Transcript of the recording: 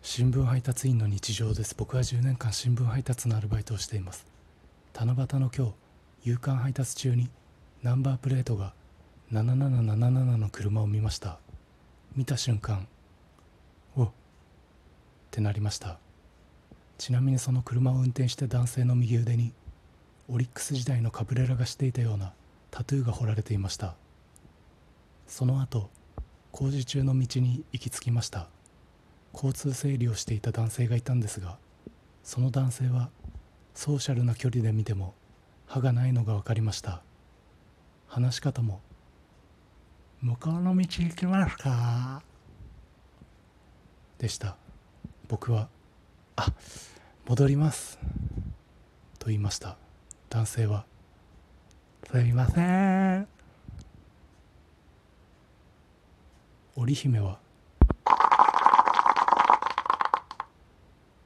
新聞配達員の日常です。僕は10年間新聞配達のアルバイトをしています。七夕の今日、夕刊配達中にナンバープレートが7777の車を見ました。見た瞬間、おっってなりました。ちなみにその車を運転して男性の右腕にオリックス時代のカブレラがしていたようなタトゥーが彫られていました。その後、工事中の道に行き着きました。交通整理をしていた男性がいたんですが、その男性はソーシャルな距離で見ても歯がないのが分かりました。話し方も向こうの道行きますかでした。僕は戻りますと言いました。男性はすいません。織姫は